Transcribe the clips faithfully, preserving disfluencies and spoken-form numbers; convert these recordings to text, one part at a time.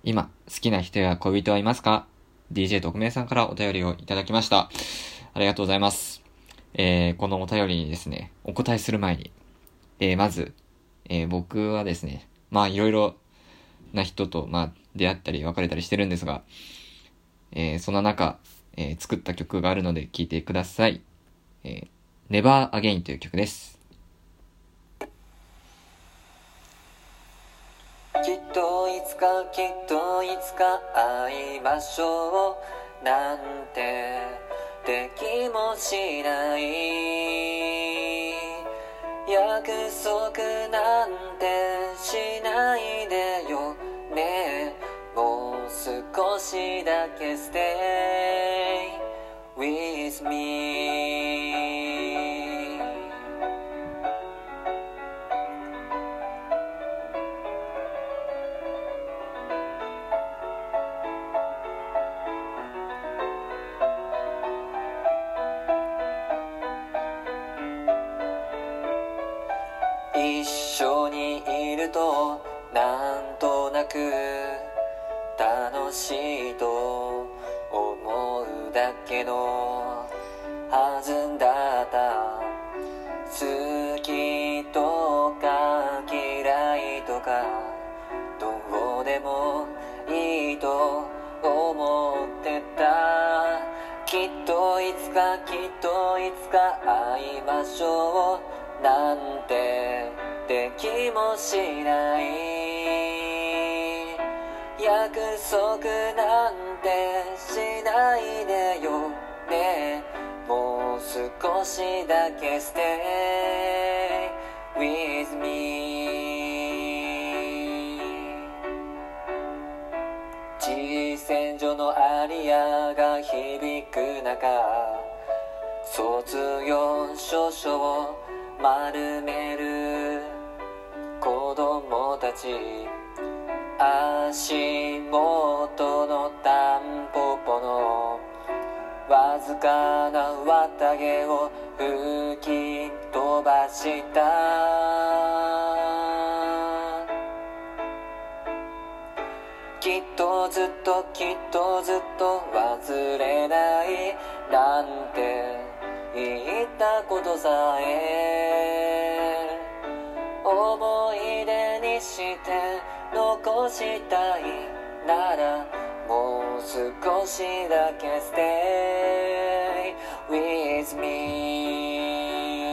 今好きな人や恋人はいますか？ ディージェー 特命さんからお便りをいただきました。ありがとうございます。えー、このお便りにですね、お答えする前に、えー、まず、えー、僕はですね、まあいろいろな人と、まあ、出会ったり別れたりしてるんですが、えー、その中、えー、作った曲があるので聴いてください。えー、Never Again という曲です。 きっといつかきっといつか会いましょうなんてできもしない約束なんてしないでよねもう少しだけ Stay with me一緒にいるとなんとなく楽しいと思うだけのはずだった好きとか嫌いとかどうでもいいと思ってたきっといつかきっといつか会いましょうなんてできもしない約束なんてしないでよねもう少しだけ Stay with me 地線上のアリアが響く中卒業証書を丸める子供たち足元のタンポポのわずかな綿毛を吹き飛ばしたきっとずっときっとずっと忘れないなんて言ったことさえ思い出にして残したいならもう少しだけ Stay with me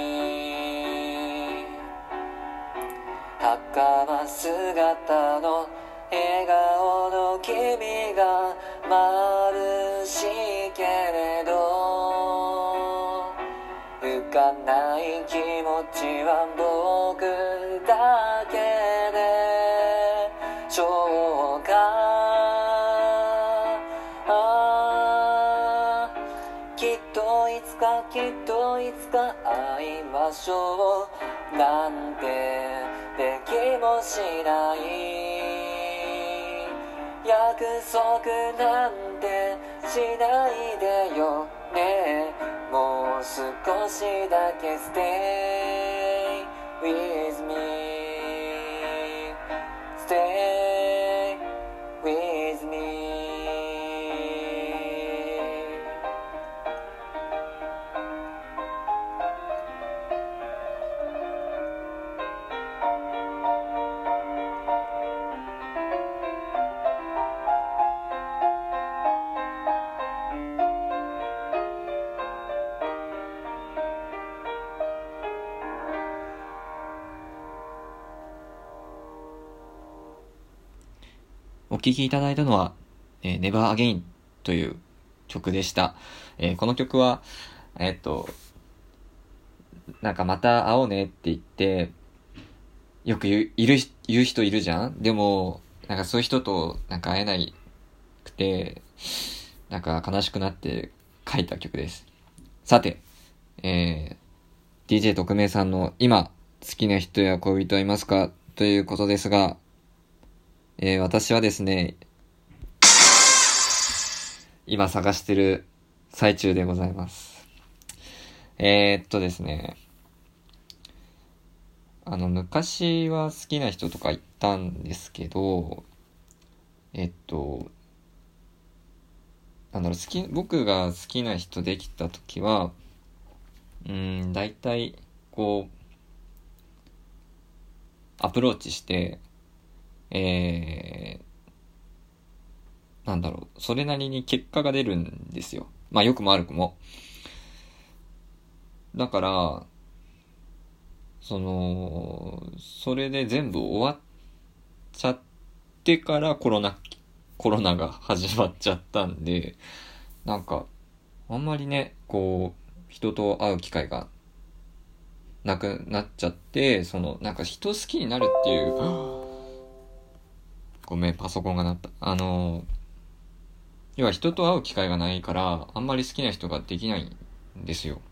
袴姿の笑顔の君が眩しいけれど浮かない気持ちは僕だけでしょうかあきっといつかきっといつか会いましょうなんてできもしない約束なんてしないでよねもう少しだけ Stay with me Stay with me お聴きいただいたのは、えー、Never Again という曲でした。えー、この曲は、えー、っと、なんかまた会おうねって言って、よく言う、いる、言う人いるじゃん？でも、なんかそういう人となんか会えないくて、なんか悲しくなって書いた曲です。さて、えー、ディージェー 特命さんの今好きな人や恋人はいますか？ということですが、えー、私はですね、今探してる最中でございます。えー、っとですね、あの、昔は好きな人とかいたんですけど、 えっと、なんだろう、好き、僕が好きな人できたときは、うーん、大体、こう、アプローチして、えー、なんだろう、それなりに結果が出るんですよ。まあ、良くも悪くも。だから、その、それで全部終わっちゃってからコロナ、コロナが始まっちゃったんで、なんか、あんまりね、こう、人と会う機会がなくなっちゃって、その、なんか人好きになるっていう、ごめん、パソコンが鳴った。あの、要は人と会う機会がないから、あんまり好きな人ができないんですよ。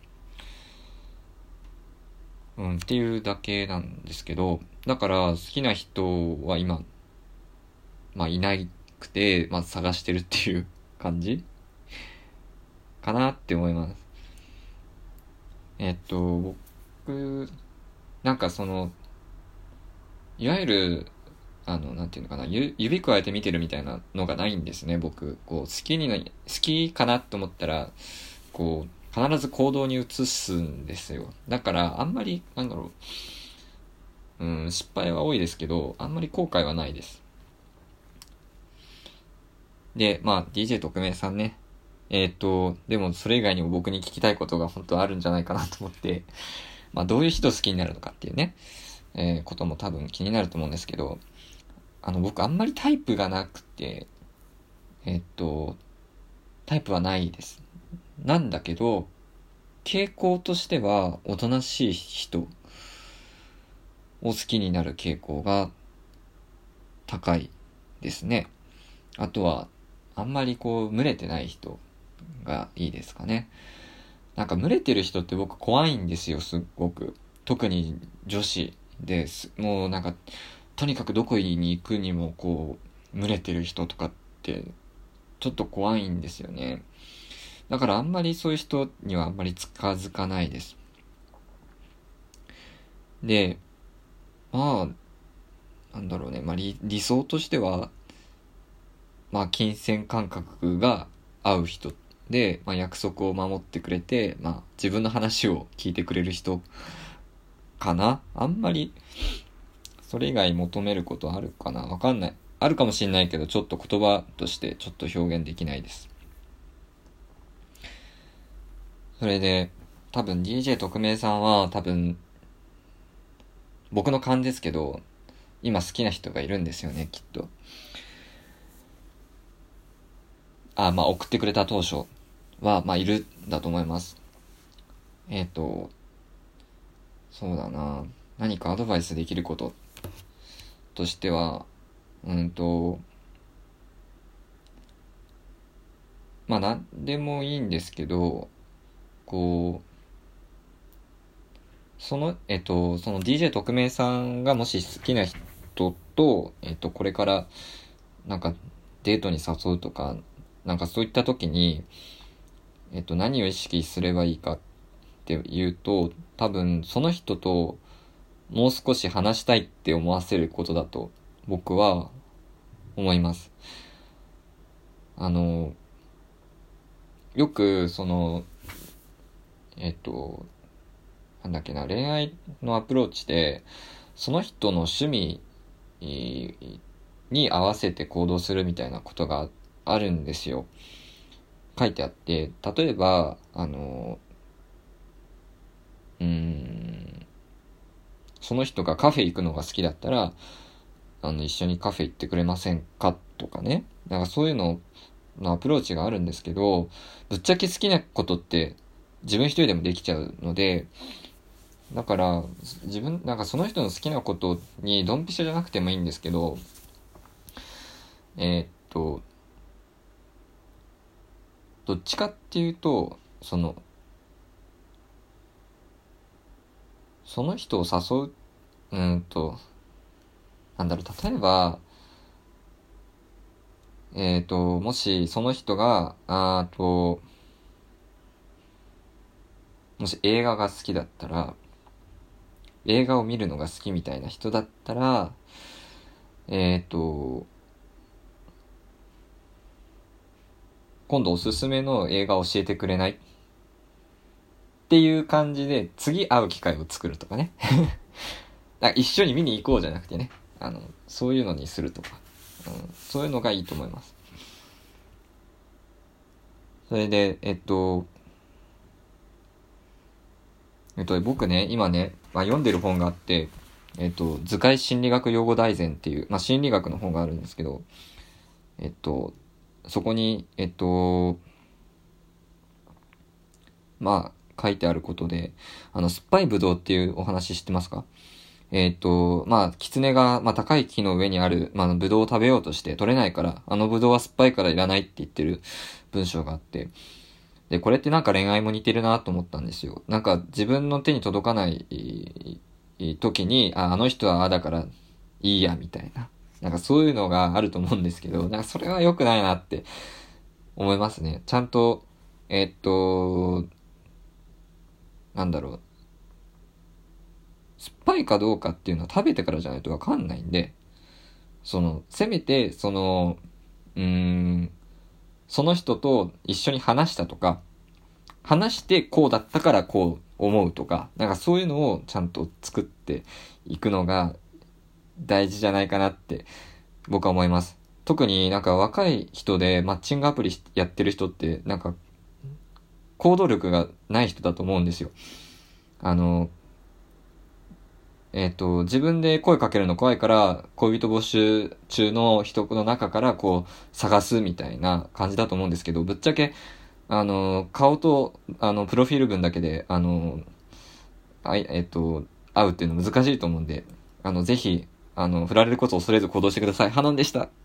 うん、っていうだけなんですけど、だから好きな人は今、まあいなくて、まあ探してるっていう感じかなって思います。えっと、僕、なんかその、いわゆる、あの、なんていうのかな、ゆ指くわえて見てるみたいなのがないんですね、僕。こう、好きにな、好きかなと思ったら、こう、必ず行動に移すんですよ。だから、あんまり、なんだろう、うん、失敗は多いですけど、あんまり後悔はないです。で、まあ、ディージェー 特命さんね。えっと、でもそれ以外にも僕に聞きたいことが本当はあるんじゃないかなと思って、まあ、どういう人好きになるのかっていうね、えー、ことも多分気になると思うんですけど、あの、僕あんまりタイプがなくて、えっと、タイプはないです。なんだけど、傾向としては、おとなしい人を好きになる傾向が高いですね。あとは、あんまりこう、群れてない人がいいですかね。なんか群れてる人って僕怖いんですよ、すっごく。特に女子です。もうなんか、とにかくどこに行くにもこう、群れてる人とかって、ちょっと怖いんですよね。だからあんまりそういう人にはあんまり近づかないです。で、まあ、なんだろうね、まあ理、理想としては、まあ金銭感覚が合う人で、まあ約束を守ってくれて、まあ自分の話を聞いてくれる人かな。あんまり、それ以外求めることあるかなわかんない。あるかもしんないけど、ちょっと言葉としてちょっと表現できないです。それで、多分 ディージェー 特命さんは多分、僕の勘ですけど、今好きな人がいるんですよね、きっと。あ、まあ送ってくれた当初は、まあいるんだと思います。えっと、そうだな。何かアドバイスできることとしては、うんと、まあなんでもいいんですけど、こう、その、えっと、その ディージェー 特命さんがもし好きな人と、えっと、これから、なんか、デートに誘うとか、なんかそういった時に、えっと、何を意識すればいいかっていうと、多分、その人ともう少し話したいって思わせることだと、僕は思います。あの、よく、その、えっと、なんだっけな、恋愛のアプローチで、その人の趣味に合わせて行動するみたいなことがあるんですよ。書いてあって、例えば、あの、うーん、その人がカフェ行くのが好きだったら、あの、一緒にカフェ行ってくれませんかとかね。なんかそういうののアプローチがあるんですけど、ぶっちゃけ好きなことって自分一人でもできちゃうので、だから、自分、なんかその人の好きなことにドンピシャじゃなくてもいいんですけど、えーっと、どっちかっていうと、その、その人を誘う、うーんと、なんだろう、例えば、えーっと、もしその人が、あーと、もし映画が好きだったら、映画を見るのが好きみたいな人だったら、えーっと、 今度おすすめの映画教えてくれないっていう感じで次会う機会を作るとかねだから一緒に見に行こうじゃなくてね、あのそういうのにするとか、うん、そういうのがいいと思います。それでえっとえっと僕ね今ね、まあ、読んでる本があって、えっと図解心理学用語大全っていう、まあ、心理学の本があるんですけど、えっとそこにえっとまあ書いてあることで、あの酸っぱいブドウっていうお話知ってますか？えっと、まあ、狐が、まあ、高い木の上にある、まあ、ブドウを食べようとして取れないから、あのブドウは酸っぱいからいらないって言ってる文章があって、で、これってなんか恋愛も似てるなと思ったんですよ。なんか自分の手に届かない時に、あ、あの人はああだからいいや、みたいな。なんかそういうのがあると思うんですけど、なんかそれは良くないなって思いますね。ちゃんと、えっと、なんだろう。酸っぱいかどうかっていうのは食べてからじゃないとわかんないんで、その、せめて、その、うーん、その人と一緒に話したとか、話してこうだったからこう思うとか、なんかそういうのをちゃんと作っていくのが大事じゃないかなって僕は思います。特になんか若い人でマッチングアプリやってる人ってなんか行動力がない人だと思うんですよ。あの、えっと、自分で声かけるの怖いから、恋人募集中の人の中からこう、探すみたいな感じだと思うんですけど、ぶっちゃけ、あの、顔と、あの、プロフィール文だけで、あの、あい、えっと、会うっていうの難しいと思うんで、あの、ぜひ、あの、振られることを恐れず行動してください。ハノンでした。